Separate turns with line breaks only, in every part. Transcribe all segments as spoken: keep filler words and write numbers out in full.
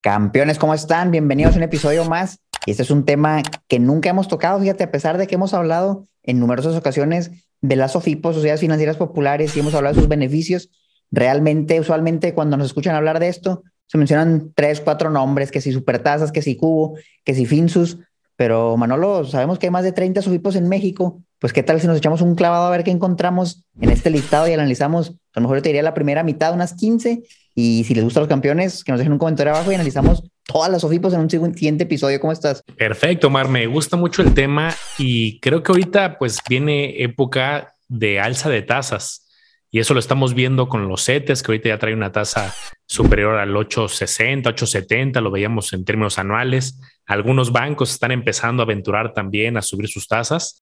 Campeones, ¿cómo están? Bienvenidos a un episodio más. Y este es un tema que nunca hemos tocado, fíjate, a pesar de que hemos hablado en numerosas ocasiones de las SOFIPOS, Sociedades Financieras Populares, y hemos hablado de sus beneficios. Realmente, usualmente, cuando nos escuchan hablar de esto, se mencionan tres, cuatro nombres, que si Supertasas, que si Cubo, que si Finsus. Pero, Manolo, sabemos que hay más de treinta SOFIPOS en México. Pues, ¿qué tal si nos echamos un clavado a ver qué encontramos en este listado y analizamos? A lo mejor yo te diría la primera mitad, unas quince. Y si les gustan los campeones, que nos dejen un comentario abajo y analizamos todas las SOFIPOS en un siguiente episodio. ¿Cómo estás?
Perfecto, Mar. Me gusta mucho el tema y creo que ahorita pues viene época de alza de tasas y eso lo estamos viendo con los CETES, que ahorita ya trae una tasa superior al ocho sesenta, ocho setenta, lo veíamos en términos anuales. Algunos bancos están empezando a aventurar también a subir sus tasas.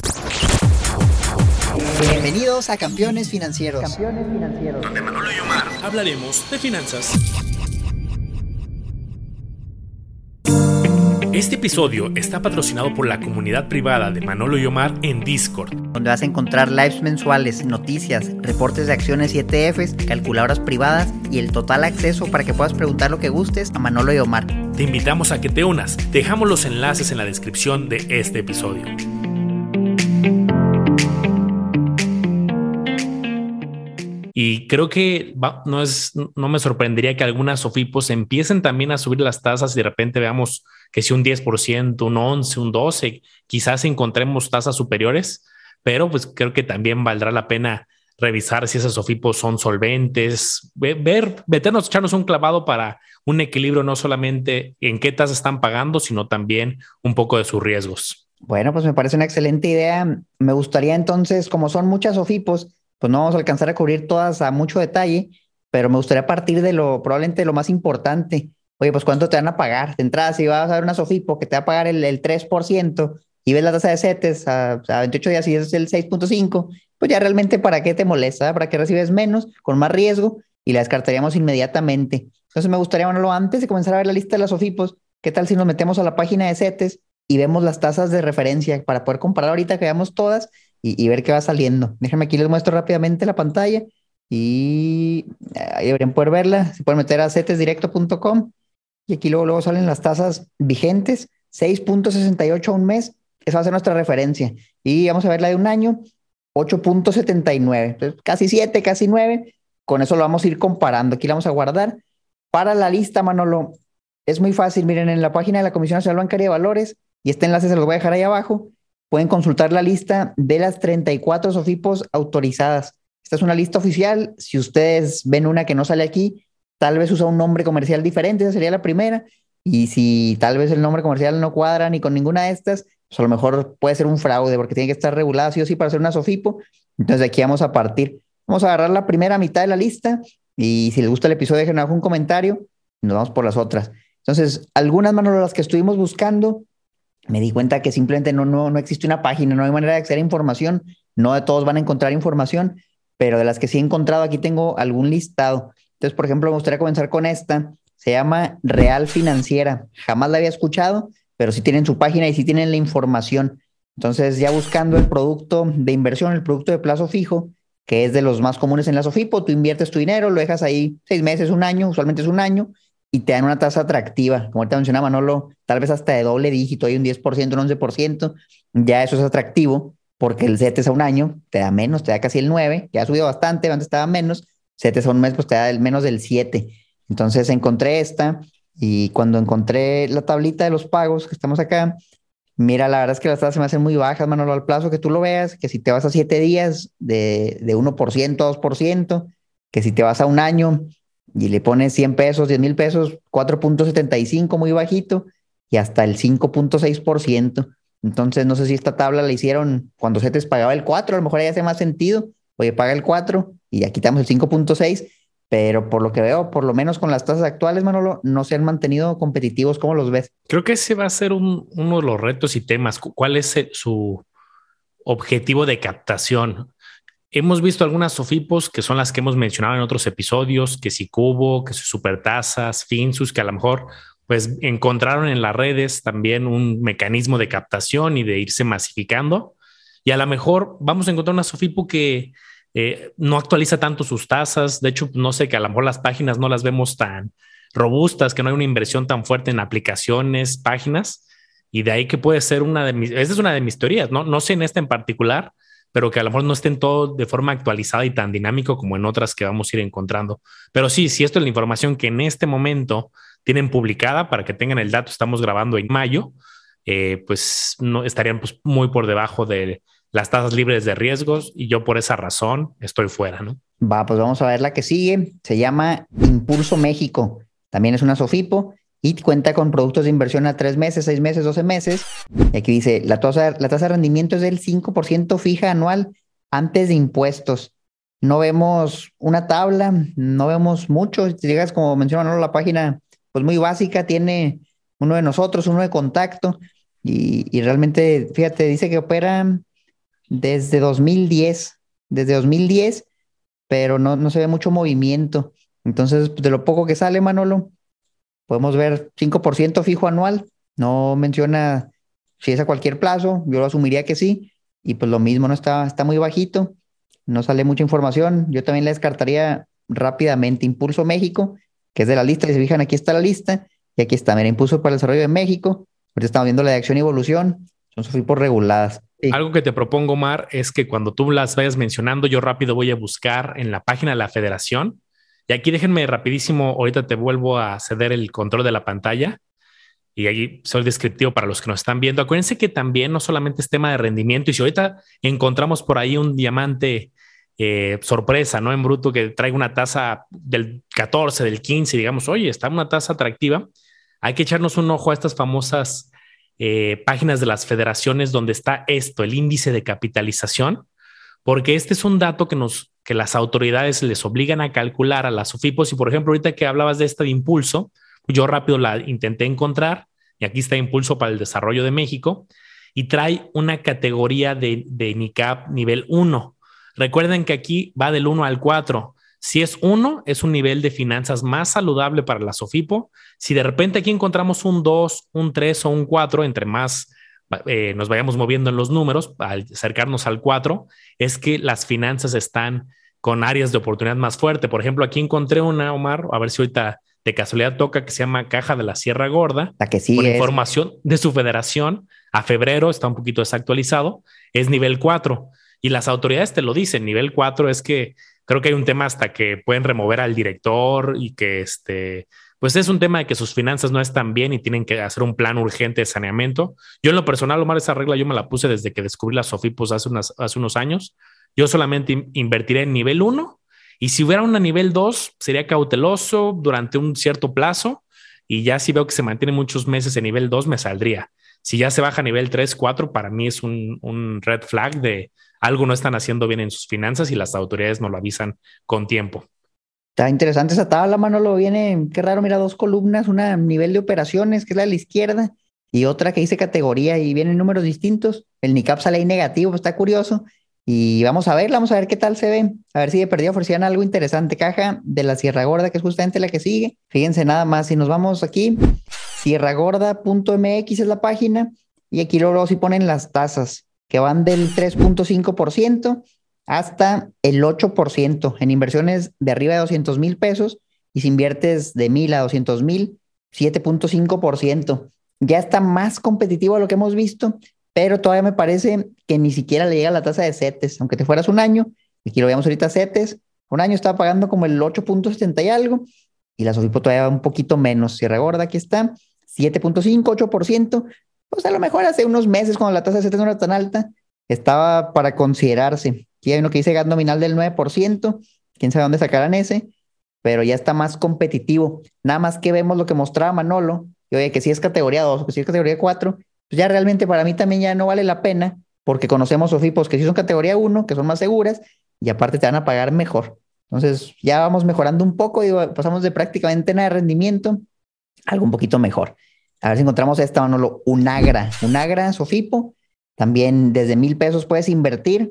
Bienvenidos a Campeones Financieros.
Campeones Financieros.
Donde Manolo y Omar hablaremos de finanzas. Este episodio está patrocinado por la comunidad privada de Manolo y Omar en Discord,
donde vas a encontrar lives mensuales, noticias, reportes de acciones y E T Fs, calculadoras privadas y el total acceso para que puedas preguntar lo que gustes a Manolo y Omar.
Te invitamos a que te unas. Dejamos los enlaces en la descripción de este episodio. Y creo que va, no, es, no me sorprendería que algunas SOFIPOS empiecen también a subir las tasas y de repente veamos que si un diez por ciento, un once por ciento, un doce por ciento, quizás encontremos tasas superiores, pero pues creo que también valdrá la pena revisar si esas SOFIPOS son solventes, ver, meternos, echarnos un clavado para un equilibrio no solamente en qué tasas están pagando, sino también un poco de sus riesgos.
Bueno, pues me parece una excelente idea. Me gustaría entonces, como son muchas SOFIPOS, pues no vamos a alcanzar a cubrir todas a mucho detalle, pero me gustaría partir de lo, probablemente lo más importante. Oye, pues ¿cuánto te van a pagar? De entrada, si vas a ver una SOFIPO que te va a pagar el, el tres por ciento y ves la tasa de CETES a, a veintiocho días y es el seis punto cinco, pues ya realmente ¿para qué te molesta? ¿Para qué recibes menos, con más riesgo? Y la descartaríamos inmediatamente. Entonces me gustaría, Manolo, antes de comenzar a ver la lista de las SOFIPOS, ¿qué tal si nos metemos a la página de CETES y vemos las tasas de referencia para poder comparar ahorita que veamos todas y, y ver qué va saliendo? Déjame aquí, les muestro rápidamente la pantalla y ahí deberían poder verla. Se pueden meter a cetes directo punto com y aquí luego, luego salen las tasas vigentes, seis punto sesenta y ocho a un mes. Esa va a ser nuestra referencia. Y vamos a ver la de un año, ocho punto setenta y nueve. Entonces, casi siete, casi nueve. Con eso lo vamos a ir comparando. Aquí la vamos a guardar. Para la lista, Manolo, es muy fácil. Miren, en la página de la Comisión Nacional Bancaria de Valores, y este enlace se los voy a dejar ahí abajo, pueden consultar la lista de las treinta y cuatro SOFIPOS autorizadas. Esta es una lista oficial. Si ustedes ven una que no sale aquí, tal vez usa un nombre comercial diferente, esa sería la primera. Y si tal vez el nombre comercial no cuadra ni con ninguna de estas, pues a lo mejor puede ser un fraude porque tiene que estar regulada sí o sí para ser una SOFIPO. Entonces de aquí vamos a partir. Vamos a agarrar la primera mitad de la lista y si les gusta el episodio dejen abajo un comentario y nos vamos por las otras. Entonces, algunas, Manolo, las que estuvimos buscando, me di cuenta que simplemente no, no, no existe una página, no hay manera de acceder a información, no de todos van a encontrar información, pero de las que sí he encontrado aquí tengo algún listado. Entonces, por ejemplo, me gustaría comenzar con esta, se llama Real Financiera, jamás la había escuchado, pero sí tienen su página y sí tienen la información. Entonces, ya buscando el producto de inversión, el producto de plazo fijo, que es de los más comunes en la SOFIPO, tú inviertes tu dinero, lo dejas ahí seis meses, un año, usualmente es un año, y te dan una tasa atractiva. Como ahorita mencionaba Manolo, tal vez hasta de doble dígito, hay un diez por ciento, un once por ciento, ya eso es atractivo, porque el CETES a un año te da menos, te da casi el nueve, que ha subido bastante, antes estaba menos, CETES a un mes pues te da el menos del siete. Entonces encontré esta, y cuando encontré la tablita de los pagos que estamos acá, mira, la verdad es que las tasas se me hacen muy bajas, Manolo, al plazo que tú lo veas, que si te vas a siete días de, de uno por ciento, dos por ciento, que si te vas a un año y le pones cien pesos, diez mil pesos, cuatro punto setenta y cinco, muy bajito, y hasta el cinco punto seis por ciento. Entonces, no sé si esta tabla la hicieron cuando CETES pagaba el cuatro, a lo mejor ahí hace más sentido, oye, paga el cuatro y ya quitamos el cinco punto seis, pero por lo que veo, por lo menos con las tasas actuales, Manolo, no se han mantenido competitivos. ¿Cómo los ves?
Creo que ese va a ser un, uno de los retos y temas. ¿Cuál es el, su objetivo de captación? Hemos visto algunas SOFIPOS que son las que hemos mencionado en otros episodios, que si Cubo, que si Supertasas, Finsus, que a lo mejor pues encontraron en las redes también un mecanismo de captación y de irse masificando. Y a lo mejor vamos a encontrar una SOFIPO que eh, no actualiza tanto sus tasas. De hecho, no sé, que a lo mejor las páginas no las vemos tan robustas, que no hay una inversión tan fuerte en aplicaciones, páginas, y de ahí que puede ser una de mis, esa es una de mis teorías, ¿no? No sé en esta en particular, pero que a lo mejor no estén todo de forma actualizada y tan dinámico como en otras que vamos a ir encontrando. Pero sí, si esto es la información que en este momento tienen publicada, para que tengan el dato, estamos grabando en mayo, eh, pues no estarían pues, muy por debajo de las tasas libres de riesgos, y yo por esa razón estoy fuera, ¿no?
Va, pues vamos a ver la que sigue. Se llama Impulso México. También es una SOFIPO y cuenta con productos de inversión a tres meses, seis meses, doce meses. Y aquí dice, la tasa, la tasa de rendimiento es del cinco por ciento fija anual antes de impuestos. No vemos una tabla, no vemos mucho. Si llegas, como mencionaron, la página, pues muy básica, tiene uno de nosotros, uno de contacto. Y, y realmente, fíjate, dice que opera desde dos mil diez, desde dos mil diez, pero no, no se ve mucho movimiento. Entonces, de lo poco que sale, Manolo, podemos ver cinco por ciento fijo anual. No menciona si es a cualquier plazo, yo lo asumiría que sí. Y pues lo mismo, no está, está muy bajito, no sale mucha información. Yo también la descartaría rápidamente. Impulso México, que es de la lista, si se fijan, aquí está la lista. Y aquí está, mira, Impulso para el Desarrollo de México. Ahorita estamos viendo la de acción y evolución. Son SOFIPOS reguladas. Sí.
Algo que te propongo, Omar, es que cuando tú las vayas mencionando, yo rápido voy a buscar en la página de la Federación. Y aquí déjenme rapidísimo, ahorita te vuelvo a ceder el control de la pantalla. Y ahí soy descriptivo para los que nos están viendo. Acuérdense que también no solamente es tema de rendimiento, y si ahorita encontramos por ahí un diamante eh, sorpresa, ¿no? En bruto, que traiga una tasa del catorce, del quince, digamos, oye, está una tasa atractiva, hay que echarnos un ojo a estas famosas eh, páginas de las federaciones donde está esto, el índice de capitalización, porque este es un dato que nos que las autoridades les obligan a calcular a las SOFIPOS. Y por ejemplo, ahorita que hablabas de esta de impulso, yo rápido la intenté encontrar, y aquí está Impulso para el Desarrollo de México, y trae una categoría de, de N I C A P nivel uno. Recuerden que aquí va del uno al cuatro. Si es uno, es un nivel de finanzas más saludable para la SOFIPO. Si de repente aquí encontramos un dos, un tres o un cuatro, entre más eh, nos vayamos moviendo en los números, al acercarnos al cuatro, es que las finanzas están con áreas de oportunidad más fuerte. Por ejemplo, aquí encontré una, Omar, a ver si ahorita de casualidad toca, que se llama Caja de la Sierra Gorda,
La que sigue
con
es
información de su federación a febrero, está un poquito desactualizado, es nivel cuatro. Y las autoridades te lo dicen, nivel cuatro es que creo que hay un tema hasta que pueden remover al director, y que este, pues es un tema de que sus finanzas no están bien y tienen que hacer un plan urgente de saneamiento. Yo en lo personal, Omar, esa regla yo me la puse desde que descubrí las SOFIPOS hace, unas, hace unos años. Yo solamente invertiré en nivel uno, y si hubiera una nivel dos, sería cauteloso durante un cierto plazo, y ya si veo que se mantiene muchos meses en nivel dos, me saldría. Si ya se baja a nivel tres, cuatro, para mí es un, un red flag de algo no están haciendo bien en sus finanzas, y las autoridades nos lo avisan con tiempo.
Está interesante esa tabla, Manolo. Viene, qué raro, mira, dos columnas, una a nivel de operaciones, que es la de la izquierda, y otra que dice categoría, y vienen números distintos. El N I C A P sale ahí negativo, pues está curioso. Y vamos a ver, vamos a ver qué tal se ve. A ver si de perdida ofrecían algo interesante. Caja de la Sierra Gorda, que es justamente la que sigue. Fíjense nada más, si nos vamos aquí, sierra gorda punto m x es la página, y aquí luego sí ponen las tasas, que van del tres punto cinco por ciento hasta el ocho por ciento en inversiones de arriba de doscientos mil pesos, y si inviertes de mil a doscientos mil, siete punto cinco por ciento. Ya está más competitivo a lo que hemos visto, pero todavía me parece que ni siquiera le llega la tasa de CETES, aunque te fueras un año. Aquí lo veamos ahorita, CETES, un año estaba pagando como el ocho punto setenta y algo, y la SOFIPO todavía va un poquito menos. Sierra Gorda, aquí está, siete punto cinco, ocho por ciento. Pues a lo mejor hace unos meses, cuando la tasa de CETES no era tan alta, estaba para considerarse. Aquí hay uno que dice gas nominal del nueve por ciento, quién sabe dónde sacarán ese, pero ya está más competitivo. Nada más que vemos lo que mostraba Manolo, y oye, que si es categoría dos o que si es categoría cuatro, pues ya realmente para mí también ya no vale la pena, porque conocemos SOFIPOS que sí son categoría uno, que son más seguras, y aparte te van a pagar mejor. Entonces ya vamos mejorando un poco, digo, pasamos de prácticamente nada de rendimiento a algo un poquito mejor. A ver si encontramos esta, Manolo, Unagra. Unagra, SOFIPO, también desde mil pesos puedes invertir,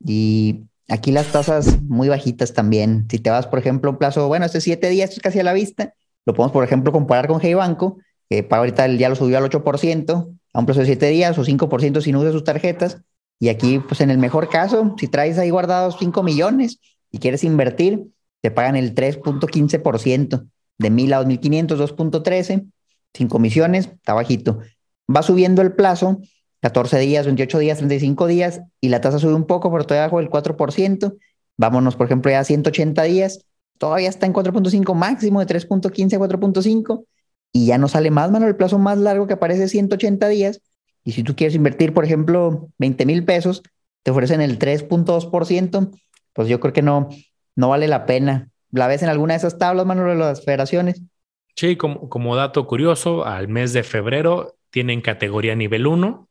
y aquí las tasas muy bajitas también. Si te vas, por ejemplo, a un plazo, bueno, este siete días, esto es casi a la vista, lo podemos, por ejemplo, comparar con Hey Banco, que para ahorita ya lo subió al ocho por ciento, a un plazo de siete días, o cinco por ciento si no usas sus tarjetas. Y aquí, pues en el mejor caso, si traes ahí guardados cinco millones y quieres invertir, te pagan el tres punto quince por ciento. de mil a dos mil quinientos, dos punto trece, sin comisiones, está bajito. Va subiendo el plazo, catorce días, veintiocho días, treinta y cinco días, y la tasa sube un poco, pero todavía bajo el cuatro por ciento. Vámonos, por ejemplo, ya a ciento ochenta días, todavía está en cuatro punto cinco, máximo de tres punto quince a cuatro punto cinco, y ya no sale más, mano. El plazo más largo que aparece es ciento ochenta días, y si tú quieres invertir, por ejemplo, veinte mil pesos, te ofrecen el tres punto dos por ciento, pues yo creo que no, no vale la pena. ¿La ves en alguna de esas tablas, mano, de las federaciones?
Sí, como, como dato curioso, al mes de febrero tienen categoría nivel uno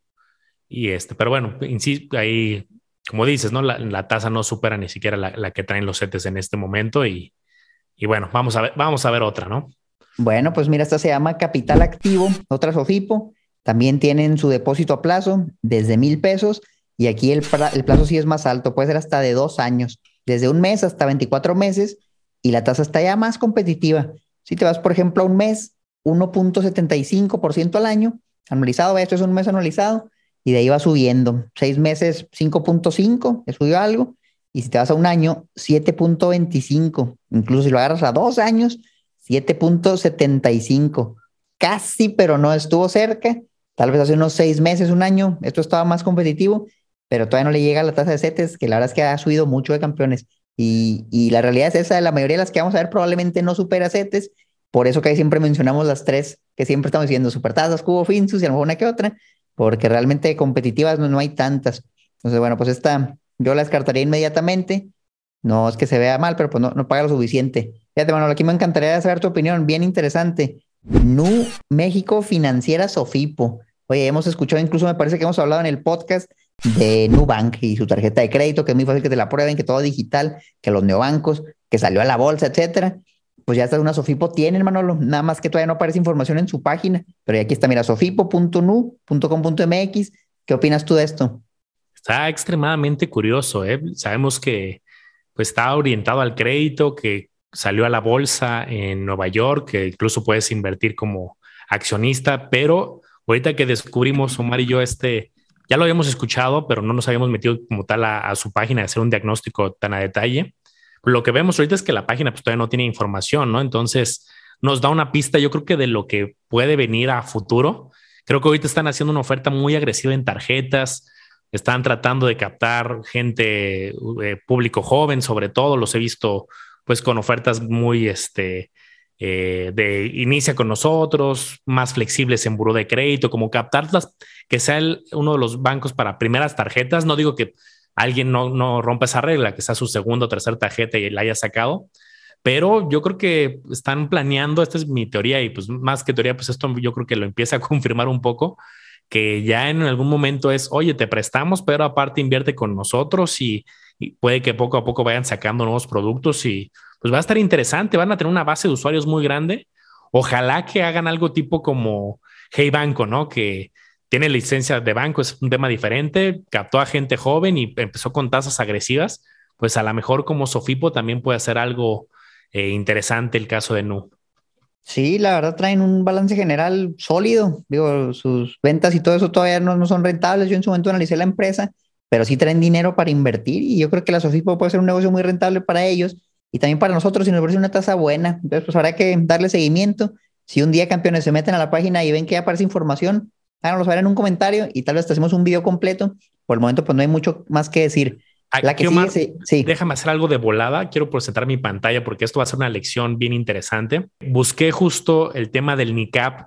y este, pero bueno, insisto, ahí, como dices, ¿no? La, la tasa no supera ni siquiera la, la que traen los CETES en este momento y, y bueno, vamos a ver, vamos a ver otra, ¿no?
Bueno, pues mira, esta se llama Capital Activo, otra Sofipo. También tienen su depósito a plazo desde mil pesos y aquí el, pra- el plazo sí es más alto, puede ser hasta de dos años, desde un mes hasta veinticuatro meses y la tasa está ya más competitiva. Si te vas, por ejemplo, a un mes, uno punto setenta y cinco por ciento al año, anualizado, esto es un mes anualizado y de ahí va subiendo. Seis meses, cinco punto cinco, le subió algo. Y si te vas a un año, siete punto veinticinco. Incluso si lo agarras a dos años, siete punto setenta y cinco. Casi, pero no estuvo cerca. Tal vez hace unos seis meses, un año, esto estaba más competitivo, pero todavía no le llega a la tasa de CETES, que la verdad es que ha subido mucho de campeones. Y, y la realidad es esa, la mayoría de las que vamos a ver probablemente no supera CETES, por eso que ahí siempre mencionamos las tres que siempre estamos diciendo, Supertazas, Cubo, Finsus y a lo mejor una que otra, porque realmente competitivas no, no hay tantas. Entonces, bueno, pues esta yo la descartaría inmediatamente. No es que se vea mal, pero pues no, no paga lo suficiente. Fíjate, Manuel, aquí me encantaría saber tu opinión, bien interesante. Nu México Financiera Sofipo. Oye, hemos escuchado, incluso me parece que hemos hablado en el podcast de Nubank y su tarjeta de crédito, que es muy fácil que te la prueben, que todo digital, que los neobancos, que salió a la bolsa, etcétera. Pues ya está una Sofipo tienen, Manolo, nada más que todavía no aparece información en su página, pero ya aquí está, mira, sofipo punto nu punto com punto m x. ¿Qué opinas tú de esto?
Está extremadamente curioso, ¿eh? Sabemos que pues está orientado al crédito, que salió a la bolsa en Nueva York, que incluso puedes invertir como accionista, pero ahorita que descubrimos Omar y yo este, ya lo habíamos escuchado, pero no nos habíamos metido como tal a, a su página de hacer un diagnóstico tan a detalle. Lo que vemos ahorita es que la página pues todavía no tiene información, ¿no? Entonces nos da una pista, yo creo que de lo que puede venir a futuro. Creo que ahorita están haciendo una oferta muy agresiva en tarjetas, están tratando de captar gente, eh, público joven, sobre todo, los he visto pues con ofertas muy, este, eh, de inicia con nosotros, más flexibles en buró de crédito, como captarlas, que sea el, uno de los bancos para primeras tarjetas. No digo que alguien no, no rompa esa regla, que sea su segunda o tercera tarjeta y la haya sacado, pero yo creo que están planeando, esta es mi teoría y pues más que teoría, pues esto yo creo que lo empieza a confirmar un poco, que ya en algún momento es, oye, te prestamos, pero aparte invierte con nosotros y, y puede que poco a poco vayan sacando nuevos productos y pues va a estar interesante, van a tener una base de usuarios muy grande. Ojalá que hagan algo tipo como Hey Banco, ¿no? Que tiene licencia de banco, es un tema diferente, captó a gente joven y empezó con tasas agresivas, pues a lo mejor como Sofipo también puede hacer algo eh, interesante el caso de Nu.
Sí, la verdad traen un balance general sólido. Digo, sus ventas y todo eso todavía no, no son rentables. Yo en su momento analicé la empresa, pero sí traen dinero para invertir y yo creo que la Sofipo puede ser un negocio muy rentable para ellos y también para nosotros si nos parece una tasa buena. Entonces, pues habrá que darle seguimiento. Si un día, campeones, se meten a la página y ven que ya aparece información, háganoslo saber en un comentario y tal vez te hacemos un video completo. Por el momento, pues no hay mucho más que decir. La que
Aquí,
sigue,
Omar,
sí, sí.
déjame hacer algo de volada. Quiero presentar mi pantalla porque esto va a ser una lección bien interesante. Busqué justo el tema del NICAP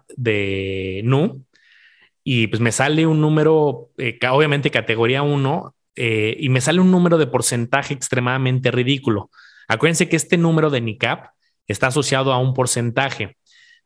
de Nu y pues me sale un número, eh, obviamente categoría uno, eh, y me sale un número de porcentaje extremadamente ridículo. Acuérdense que este número de NICAP está asociado a un porcentaje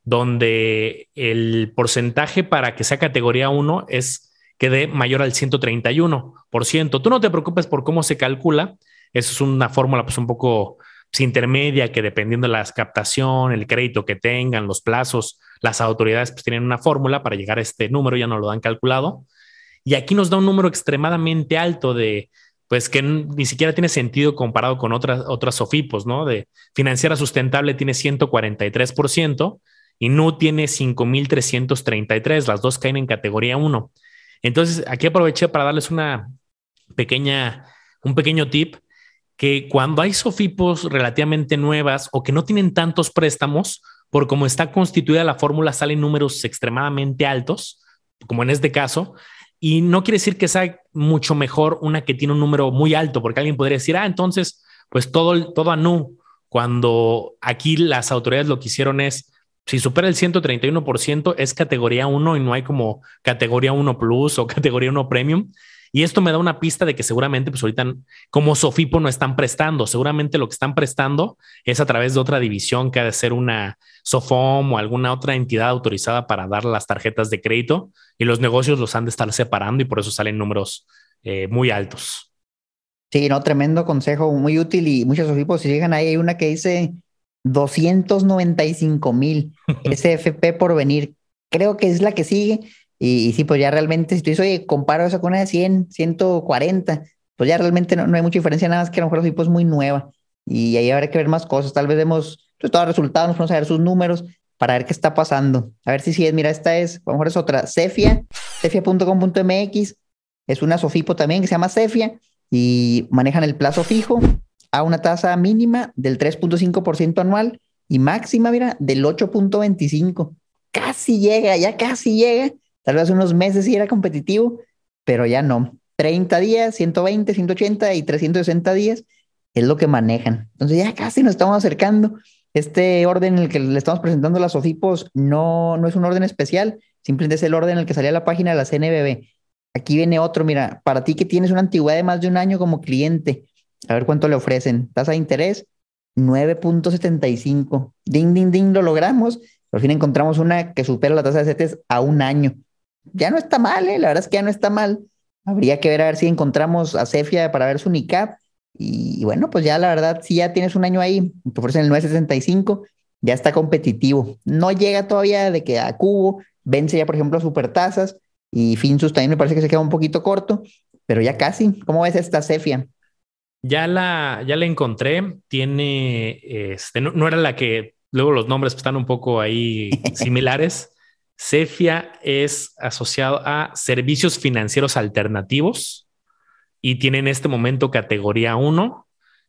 donde el porcentaje para que sea categoría uno es que dé mayor al ciento treinta y uno por ciento. Tú no te preocupes por cómo se calcula. Eso es una fórmula pues un poco pues, intermedia que dependiendo de la captación, el crédito que tengan, los plazos, las autoridades pues tienen una fórmula para llegar a este número, ya no lo dan calculado. Y aquí nos da un número extremadamente alto de, pues que ni siquiera tiene sentido comparado con otras, otras SOFIPOS, ¿no? De financiera sustentable tiene ciento cuarenta y tres por ciento y Nu tiene cinco mil trescientos treinta y tres, las dos caen en categoría uno. Entonces, aquí aproveché para darles una pequeña, un pequeño tip que cuando hay SOFIPOS relativamente nuevas o que no tienen tantos préstamos, por cómo está constituida la fórmula salen números extremadamente altos, como en este caso, y no quiere decir que sea mucho mejor una que tiene un número muy alto, porque alguien podría decir, ah, entonces, pues todo, todo A N U, cuando aquí las autoridades lo que hicieron es, si supera el ciento treinta y uno por ciento es categoría uno y no hay como categoría uno plus o categoría uno premium. Y esto me da una pista de que seguramente, pues ahorita como Sofipo no están prestando, seguramente lo que están prestando es a través de otra división que ha de ser una Sofom o alguna otra entidad autorizada para dar las tarjetas de crédito y los negocios los han de estar separando y por eso salen números eh, muy altos.
Sí, no, tremendo consejo, muy útil y muchos Sofipos, si llegan ahí, hay una que dice doscientos noventa y cinco mil S F P por venir. Creo que es la que sigue. Y, y sí, pues ya realmente, si tú dices, oye, comparo eso con una de cien, ciento cuarenta, pues ya realmente no, no hay mucha diferencia, nada más que a lo mejor Sofipo es muy nueva. Y ahí habrá que ver más cosas. Tal vez vemos pues, todos los resultados, nos vamos a ver sus números para ver qué está pasando. A ver si sí es, mira, esta es, a lo mejor es otra, Cefia, cefia punto com punto m x. Es una Sofipo también que se llama Cefia y manejan el plazo fijo a una tasa mínima del tres punto cinco por ciento anual y máxima, mira, del ocho punto veinticinco. Casi llega, ya casi llega. Tal vez hace unos meses sí era competitivo, pero ya no. treinta días, ciento veinte, ciento ochenta y trescientos sesenta días es lo que manejan. Entonces ya casi nos estamos acercando. Este orden en el que le estamos presentando las Sofipos no, no es un orden especial, simplemente es el orden en el que salía la página de la C N B B. Aquí viene otro, mira, para ti que tienes una antigüedad de más de un año como cliente, a ver cuánto le ofrecen. Tasa de interés, nueve punto setenta y cinco. Ding, ding, ding, lo logramos. Por fin encontramos una que supera la tasa de CETES a un año. Ya no está mal, ¿eh? La verdad es que ya no está mal. Habría que ver a ver si encontramos a Cefia para ver su N I C A P. Y, y bueno, pues ya la verdad, si ya tienes un año ahí, te ofrecen el nueve setenta y cinco, ya está competitivo. No llega todavía de que a Cubo vence ya, por ejemplo, a Supertasas y Finsus también me parece que se queda un poquito corto, pero ya casi. ¿Cómo ves esta Cefia?
Ya la, ya la encontré, tiene, este, no, no era la que, luego los nombres están un poco ahí similares. Cefia es asociado a servicios financieros alternativos y tiene en este momento categoría uno,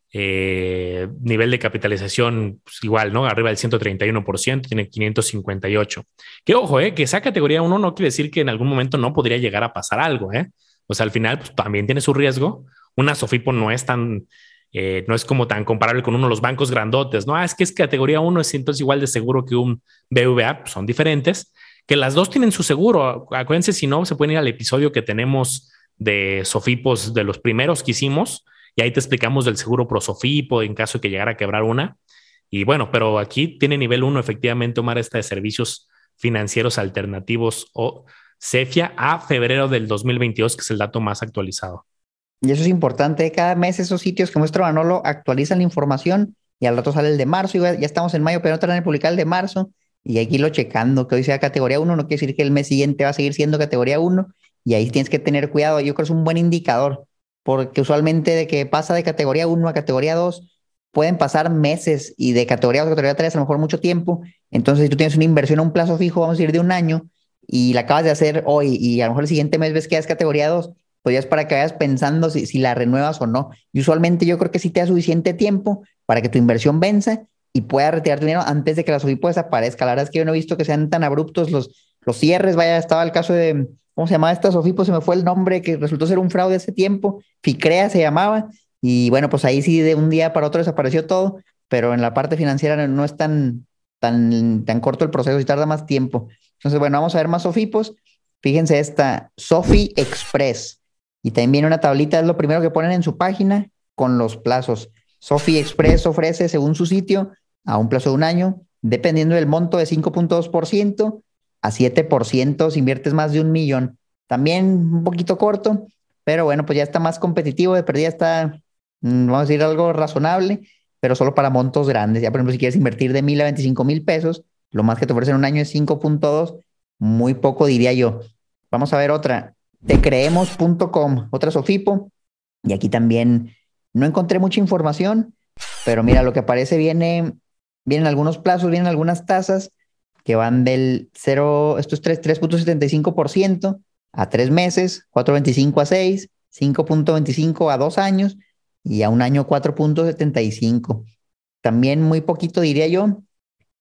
eh, nivel de capitalización pues igual, ¿no? Arriba del ciento treinta y uno por ciento, tiene quinientos cincuenta y ocho. Que ojo, eh, que esa categoría uno no quiere decir que en algún momento no podría llegar a pasar algo, ¿eh? O sea, al final pues, también tiene su riesgo. Una Sofipo no es tan, eh, no es como tan comparable con uno de los bancos grandotes, ¿no? Ah, es que es categoría uno, es entonces igual de seguro que un B V A, pues son diferentes, que las dos tienen su seguro. Acuérdense, si no, se pueden ir al episodio que tenemos de Sofipos de los primeros que hicimos y ahí te explicamos del seguro pro Sofipo en caso de que llegara a quebrar una. Y bueno, pero aquí tiene nivel uno efectivamente, Omar, esta de servicios financieros alternativos o Cefia a febrero del dos mil veintidós, que es el dato más actualizado.
Y eso es importante. Cada mes esos sitios que muestra Manolo actualizan la información y al rato sale el de marzo. Y ya estamos en mayo, pero no tardan en publicar el de marzo. Y hay que irlo checando. Que hoy sea categoría uno no quiere decir que el mes siguiente va a seguir siendo categoría uno. Y ahí tienes que tener cuidado. Yo creo que es un buen indicador. Porque usualmente de que pasa de categoría uno a categoría dos pueden pasar meses. Y de categoría dos a categoría tres a lo mejor mucho tiempo. Entonces, si tú tienes una inversión a un plazo fijo, vamos a ir de un año, y la acabas de hacer hoy y a lo mejor el siguiente mes ves que ya es categoría dos, pues ya es para que vayas pensando si, si la renuevas o no. Y usualmente yo creo que sí te da suficiente tiempo para que tu inversión venza y puedas retirar dinero antes de que la Sofipo desaparezca. La verdad es que yo no he visto que sean tan abruptos los, los cierres. Vaya, estaba el caso de, ¿cómo se llamaba esta Sofipo? Se me fue el nombre, que resultó ser un fraude hace tiempo. Ficrea se llamaba. Y bueno, pues ahí sí de un día para otro desapareció todo, pero en la parte financiera no, no es tan, tan, tan corto el proceso y tarda más tiempo. Entonces, bueno, vamos a ver más Sofipos. Fíjense esta, Sofi Express. Y también viene una tablita, es lo primero que ponen en su página con los plazos. Sofi Express ofrece, según su sitio, a un plazo de un año, dependiendo del monto de cinco punto dos por ciento a siete por ciento si inviertes más de un millón. También un poquito corto, pero bueno, pues ya está más competitivo, de perdida está, vamos a decir, algo razonable, pero solo para montos grandes. Ya, por ejemplo, si quieres invertir de mil a veinticinco mil pesos, lo más que te ofrecen un año es cinco punto dos, muy poco diría yo. Vamos a ver otra, te creemos punto com, otra Sofipo, y aquí también no encontré mucha información, pero mira, lo que aparece viene, vienen algunos plazos, vienen algunas tasas que van del cero, esto es tres punto setenta y cinco por ciento a tres meses, cuatro punto veinticinco a seis, cinco punto veinticinco a dos años y a un año cuatro punto setenta y cinco. También muy poquito diría yo.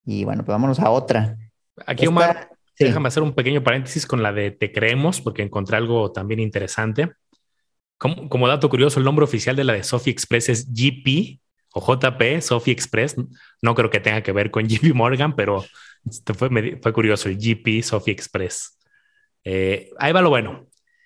Y bueno, pues vámonos a otra.
Aquí, Omar,
Esta, sí.
déjame hacer un pequeño paréntesis con la de Te Creemos, porque encontré algo también interesante. Como, como dato curioso, el nombre oficial de la de Sophie Express es G P o J P, Sophie Express. No creo que tenga que ver con J P Morgan, pero este fue, fue curioso, el G P Sophie Express. Eh, ahí va lo bueno.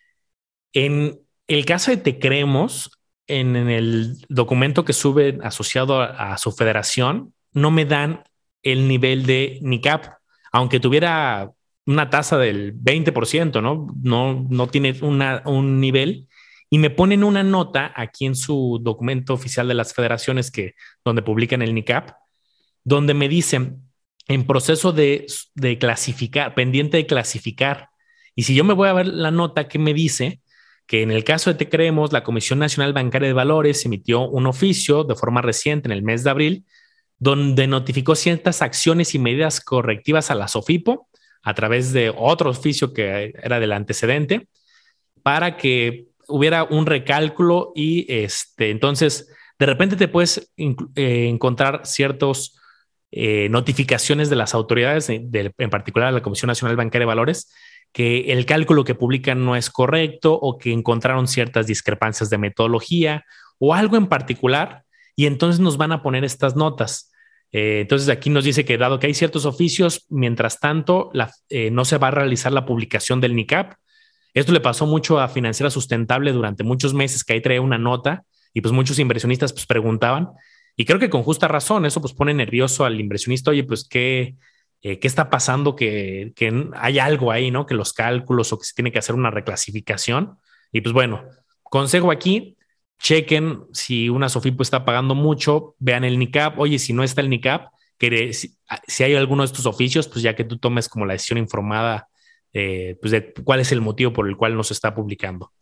En el caso de Te Creemos, en, en el documento que sube asociado a, a su federación, no me dan el nivel de N I C A P, aunque tuviera una tasa del veinte por ciento, ¿no? No, no tiene una, un nivel y me ponen una nota aquí en su documento oficial de las federaciones que, donde publican el N I C A P, donde me dicen en proceso de, de clasificar, pendiente de clasificar. Y si yo me voy a ver la nota que me dice que en el caso de Te Creemos, la Comisión Nacional Bancaria de Valores emitió un oficio de forma reciente en el mes de abril, donde notificó ciertas acciones y medidas correctivas a la SOFIPO a través de otro oficio que era del antecedente para que hubiera un recálculo y este, entonces de repente te puedes eh, encontrar ciertos eh, notificaciones de las autoridades, de, de, en particular la Comisión Nacional Bancaria de Valores, que el cálculo que publican no es correcto o que encontraron ciertas discrepancias de metodología o algo en particular y entonces nos van a poner estas notas. Eh, entonces aquí nos dice que dado que hay ciertos oficios, mientras tanto la, eh, no se va a realizar la publicación del N I C A P. Esto le pasó mucho a Financiera Sustentable durante muchos meses, que ahí traía una nota y pues muchos inversionistas pues preguntaban y creo que con justa razón, eso pues pone nervioso al inversionista, oye, pues qué, eh, qué está pasando, que, que hay algo ahí, ¿no? Que los cálculos o que se tiene que hacer una reclasificación. Y pues bueno, consejo aquí, chequen si una SOFIPO está pagando mucho, vean el N I C A P, oye, si no está el N I C A P, que si, si hay alguno de estos oficios, pues ya que tú tomes como la decisión informada, eh, pues de cuál es el motivo por el cual no se está publicando.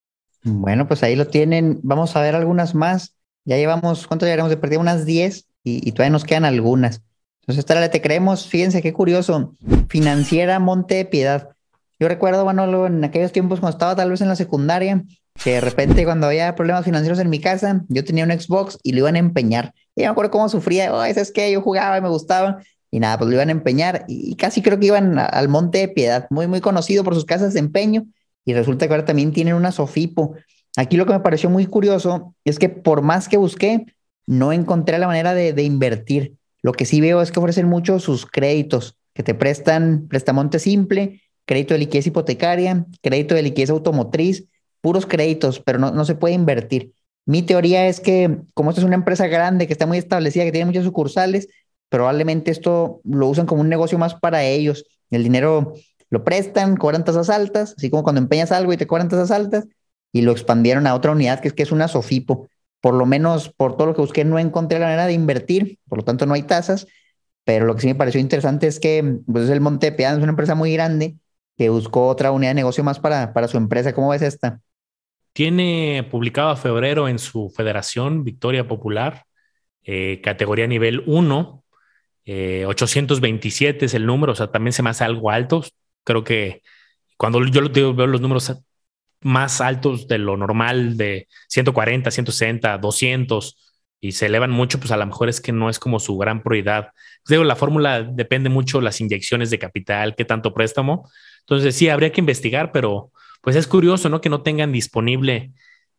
Bueno, pues ahí lo tienen. Vamos a ver algunas más. Ya llevamos, ¿cuánto llevamos de perdida? Unas diez y, y todavía nos quedan algunas. Entonces, esta la Te Creemos. Fíjense qué curioso. Financiera Monte de Piedad. Yo recuerdo, bueno, lo- en aquellos tiempos cuando estaba tal vez en la secundaria, que de repente cuando había problemas financieros en mi casa, yo tenía un Xbox y lo iban a empeñar. Y me acuerdo cómo sufría. Oh, ¿sabes qué? Yo jugaba y me gustaba. Y nada, pues lo iban a empeñar. Y, y casi creo que iban a- al Monte de Piedad, muy, muy conocido por sus casas de empeño y resulta que ahora también tienen una Sofipo. Aquí lo que me pareció muy curioso es que por más que busqué, no encontré la manera de, de invertir. Lo que sí veo es que ofrecen mucho sus créditos, que te prestan prestamonte simple, crédito de liquidez hipotecaria, crédito de liquidez automotriz, puros créditos, pero no, no se puede invertir. Mi teoría es que como esto es una empresa grande, que está muy establecida, que tiene muchas sucursales, probablemente esto lo usan como un negocio más para ellos. El dinero lo prestan, cobran tasas altas, así como cuando empeñas algo y te cobran tasas altas, y lo expandieron a otra unidad que es que es una Sofipo. Por lo menos por todo lo que busqué no encontré la manera de invertir, por lo tanto no hay tasas, pero lo que sí me pareció interesante es que pues, el Monte de Piedad es una empresa muy grande que buscó otra unidad de negocio más para, para su empresa. ¿Cómo ves esta?
Tiene publicado a febrero en su federación Victoria Popular, eh, categoría nivel uno, eh, ochocientos veintisiete es el número, o sea, también se me hace algo alto. Creo que cuando yo lo digo, veo los números más altos de lo normal, de ciento cuarenta, ciento sesenta, doscientos, y se elevan mucho, pues a lo mejor es que no es como su gran prioridad. Digo, la fórmula depende mucho de las inyecciones de capital, qué tanto préstamo. Entonces, sí, habría que investigar, pero pues es curioso, ¿no? Que no tengan disponible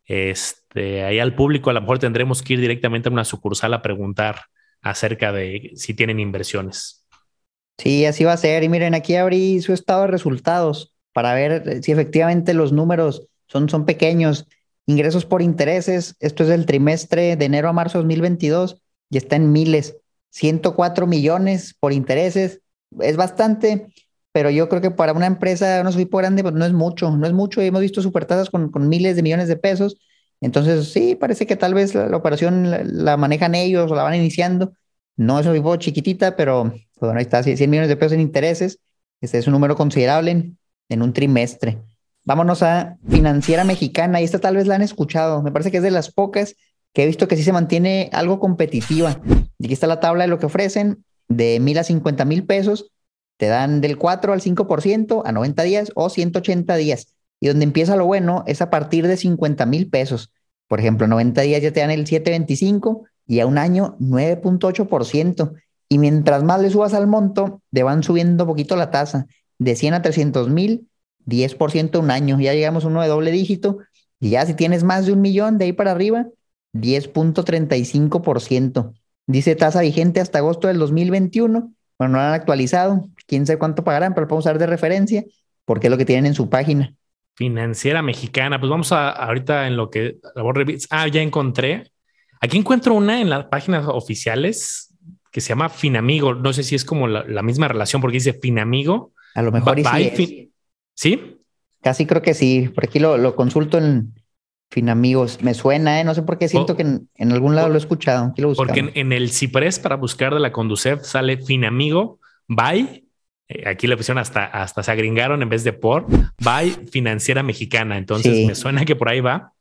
este, ahí al público. A lo mejor tendremos que ir directamente a una sucursal a preguntar acerca de si tienen inversiones.
Sí, así va a ser. Y miren, aquí abrí su estado de resultados para ver eh, si efectivamente los números son, son pequeños. Ingresos por intereses, esto es del trimestre de enero a marzo de dos mil veintidós y está en miles. Ciento cuatro millones por intereses. Es bastante, pero yo creo que para una empresa, una Sofipo grande, pues no es mucho, no es mucho. Y hemos visto supertasas con, con miles de millones de pesos. Entonces, sí, parece que tal vez la, la operación la, la manejan ellos o la van iniciando. No es Sofipo chiquitita, pero pues bueno, ahí está, cien millones de pesos en intereses. Este es un número considerable en, en un trimestre. Vámonos a Financiera Mexicana, y esta tal vez la han escuchado. Me parece que es de las pocas que he visto que sí se mantiene algo competitiva. Y aquí está la tabla de lo que ofrecen, de mil a cincuenta mil pesos. Te dan del cuatro al cinco por ciento a noventa días o ciento ochenta días. Y donde empieza lo bueno es a partir de cincuenta mil pesos. Por ejemplo, noventa días ya te dan el siete punto veinticinco y a un año nueve punto ocho por ciento. Y mientras más le subas al monto, te van subiendo poquito la tasa. De cien a trescientos mil, diez por ciento un año. Ya llegamos a uno de doble dígito. Y ya si tienes más de un millón de ahí para arriba, diez punto treinta y cinco por ciento. Dice tasa vigente hasta agosto del dos mil veintiuno. Bueno, no lo han actualizado. Quién sabe cuánto pagarán, pero lo podemos usar de referencia porque es lo que tienen en su página.
Financiera Mexicana. Pues vamos a ahorita en lo que... Ah, ya encontré. Aquí encuentro una en las páginas oficiales que se llama Finamigo. No sé si es como la, la misma relación porque dice Finamigo.
A lo mejor y sí es.
Fin... ¿Sí?
Casi creo que sí. Por aquí lo, lo consulto en Finamigos. Me suena, ¿eh? No sé por qué siento o, que en, en algún lado
por,
lo he escuchado. Aquí lo
porque en, en el Ciprés para buscar de la Conducef sale Finamigo by... Aquí le pusieron hasta, hasta se agringaron en vez de por by Financiera Mexicana. Entonces sí. Me suena que por ahí va.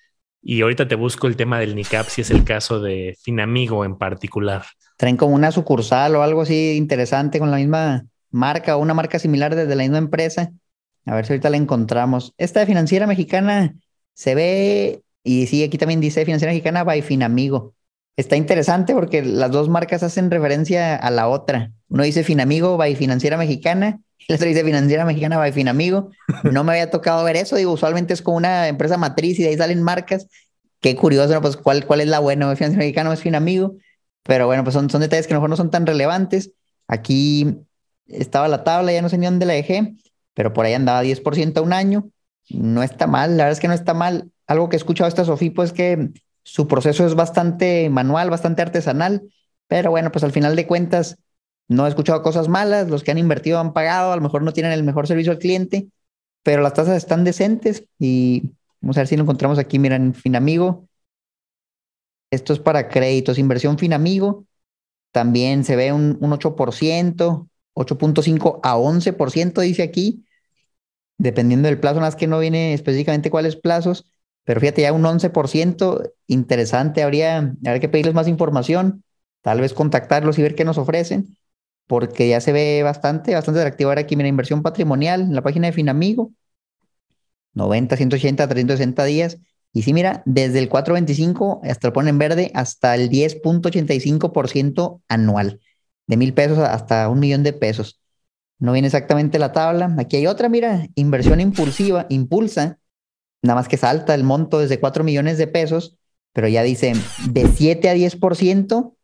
Y ahorita te busco el tema del NICAP, si es el caso de Finamigo en particular.
Traen como una sucursal o algo así interesante con la misma marca o una marca similar desde la misma empresa. A ver si ahorita la encontramos. Esta de Financiera Mexicana se ve, y sí, aquí también dice Financiera Mexicana by Finamigo. Está interesante porque las dos marcas hacen referencia a la otra. Uno dice Finamigo by Financiera Mexicana, y el otro dice Financiera Mexicana by Finamigo. No me había tocado ver eso. Digo, usualmente es como una empresa matriz y de ahí salen marcas. Qué curioso, ¿no? Pues cuál, cuál es la buena. ¿Es Financiera Mexicana o es Finamigo? Pero bueno, pues son, son detalles que a lo mejor no son tan relevantes. Aquí estaba la tabla, ya no sé ni dónde la dejé, pero por ahí andaba diez por ciento a un año. No está mal, la verdad es que no está mal. Algo que he escuchado de esta Sofipo es que su proceso es bastante manual, bastante artesanal, pero bueno, pues al final de cuentas no he escuchado cosas malas. Los que han invertido han pagado, a lo mejor no tienen el mejor servicio al cliente, pero las tasas están decentes y vamos a ver si lo encontramos aquí. Miren, Finamigo, esto es para créditos, inversión Finamigo, también se ve un, un ocho por ciento, ocho punto cinco a once por ciento dice aquí, dependiendo del plazo, más que no viene específicamente cuáles plazos. Pero fíjate, ya un once por ciento, interesante. Habría, habría que pedirles más información, tal vez contactarlos y ver qué nos ofrecen, porque ya se ve bastante, bastante atractivo. Ahora aquí, mira, inversión patrimonial en la página de Finamigo, noventa, ciento ochenta, trescientos sesenta días. Y sí, mira, desde el cuatro punto veinticinco hasta lo ponen verde, hasta el diez punto ochenta y cinco por ciento anual, de mil pesos hasta un millón de pesos. No viene exactamente la tabla. Aquí hay otra, mira, inversión impulsiva, impulsa. Nada más que salta el monto desde cuatro millones de pesos, pero ya dice de siete a diez por ciento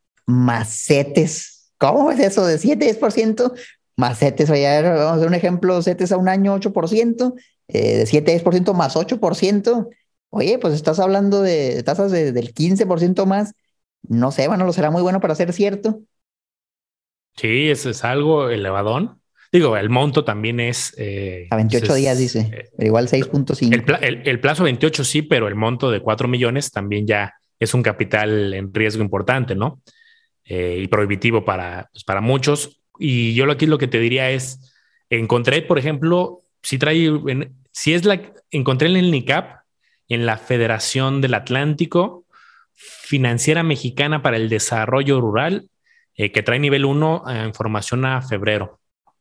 macetes. ¿Cómo es eso? De siete a diez por ciento macetes. Oye, a ver, vamos a hacer un ejemplo, cetes a un año ocho por ciento, eh, de siete a diez por ciento más ocho por ciento. Oye, pues estás hablando de tasas de, del quince por ciento más. No sé, bueno, lo será muy bueno para ser cierto.
Sí, eso es algo elevadón. Digo, el monto también es... Eh,
a veintiocho
es,
días, dice, eh, pero igual seis punto cinco.
El, pla el, el plazo veintiocho sí, pero el monto de cuatro millones también ya es un capital en riesgo importante, ¿no? Eh, y prohibitivo para, pues, para muchos. Y yo aquí lo que te diría es, encontré, por ejemplo, si trae, en, si es la, encontré en el NICAP, en la Federación del Atlántico, Financiera Mexicana para el Desarrollo Rural, eh, que trae nivel uno, eh, información a febrero.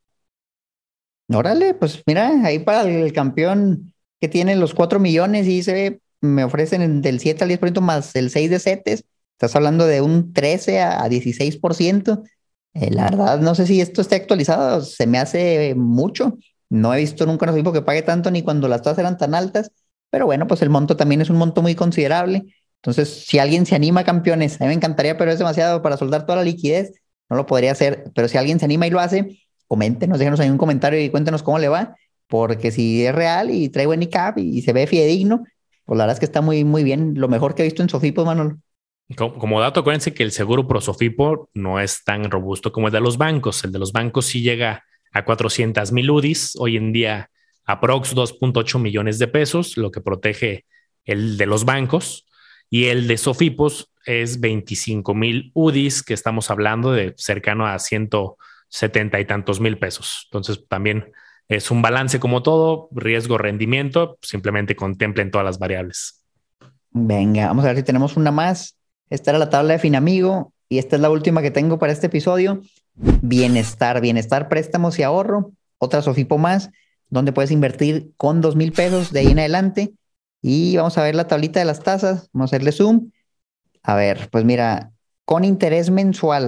Órale, pues mira, ahí para el campeón que tiene los cuatro millones y se ve, me ofrecen del siete al diez por ciento más el seis de CETES. Estás hablando de un trece a dieciséis por ciento. Eh, la verdad, no sé si esto esté actualizado, se me hace mucho. No he visto nunca un equipo que pague tanto ni cuando las tasas eran tan altas, pero bueno, pues el monto también es un monto muy considerable. Entonces, si alguien se anima, campeones, a mí me encantaría, pero es demasiado para soldar toda la liquidez, no lo podría hacer, pero si alguien se anima y lo hace, coméntenos, déjenos ahí un comentario y cuéntenos cómo le va, porque si es real y trae buen I C A P y, y se ve fidedigno, pues la verdad es que está muy, muy bien, lo mejor que he visto en Sofipo, Manolo.
Como, como dato, acuérdense que el seguro pro Sofipo no es tan robusto como el de los bancos. El de los bancos sí llega a cuatrocientos mil U D Is, hoy en día aprox dos punto ocho millones de pesos, lo que protege el de los bancos, y el de Sofipos es veinticinco mil U D Is, que estamos hablando de cercano a ciento setenta y tantos mil pesos. Entonces también es un balance como todo, riesgo, rendimiento, simplemente contemplen todas las variables.
Venga, vamos a ver si tenemos una más. Esta era la tabla de Finamigo y esta es la última que tengo para este episodio. Bienestar, bienestar, préstamos y ahorro. Otra Sofipo más, donde puedes invertir con dos mil pesos de ahí en adelante. Y vamos a ver la tablita de las tasas. Vamos a hacerle zoom. A ver, pues mira, con interés mensual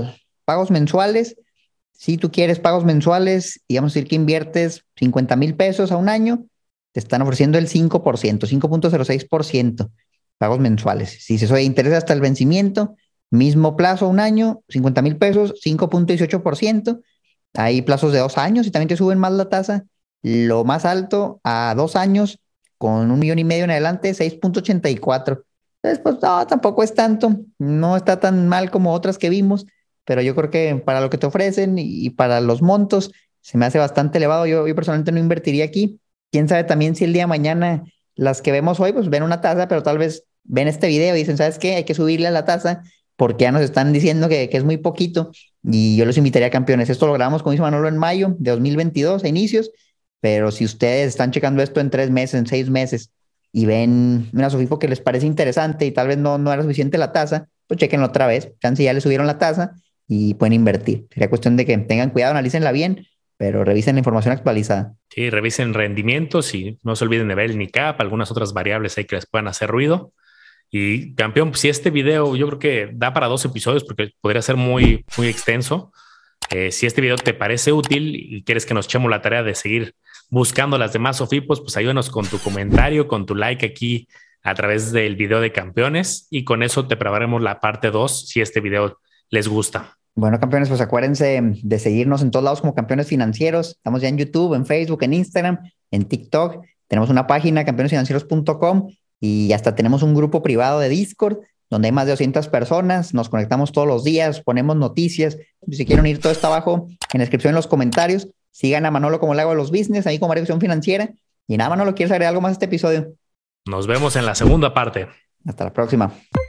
pagos mensuales. Si tú quieres pagos mensuales y vamos a decir que inviertes cincuenta mil pesos a un año, te están ofreciendo el cinco por ciento, cinco punto cero seis por ciento pagos mensuales. Si se soy interés hasta el vencimiento, mismo plazo un año, cincuenta mil pesos, cinco punto dieciocho por ciento. Hay plazos de dos años y también te suben más la tasa. Lo más alto a dos años con un millón y medio en adelante, seis punto ochenta y cuatro. Entonces, pues no, tampoco es tanto. No está tan mal como otras que vimos, pero yo creo que para lo que te ofrecen y para los montos se me hace bastante elevado. Yo, yo personalmente no invertiría aquí. Quién sabe también si el día de mañana las que vemos hoy, pues ven una tasa, pero tal vez ven este video y dicen, ¿sabes qué? Hay que subirle a la tasa porque ya nos están diciendo que, que es muy poquito y yo los invitaría a campeones. Esto lo grabamos, como dice Manolo, en mayo de dos mil veintidós a inicios, pero si ustedes están checando esto en tres meses, en seis meses y ven una Sofipo que les parece interesante y tal vez no, no era suficiente la tasa, pues chequenlo otra vez. Chance ya le subieron la tasa y pueden invertir. Sería cuestión de que tengan cuidado, analícenla bien, pero revisen la información actualizada.
Sí, revisen rendimientos y no se olviden de ver el N I C A P, algunas otras variables ahí que les puedan hacer ruido. Y campeón, si este video yo creo que da para dos episodios porque podría ser muy, muy extenso. Eh, si este video te parece útil y quieres que nos echemos la tarea de seguir buscando las demás Sofipos, pues ayúdanos con tu comentario, con tu like aquí a través del video de campeones y con eso te prepararemos la parte dos si este video les gusta.
Bueno, campeones, pues acuérdense de seguirnos en todos lados como Campeones Financieros. Estamos ya en YouTube, en Facebook, en Instagram, en TikTok. Tenemos una página, campeones financieros punto com, y hasta tenemos un grupo privado de Discord donde hay más de doscientas personas. Nos conectamos todos los días, ponemos noticias. Si quieren ir, todo está abajo en la descripción, en los comentarios. Sigan a Manolo como Lago de los Business, ahí como Dirección Financiera. Y nada, Manolo, ¿quieres agregar algo más a este episodio?
Nos vemos en la segunda parte.
Hasta la próxima.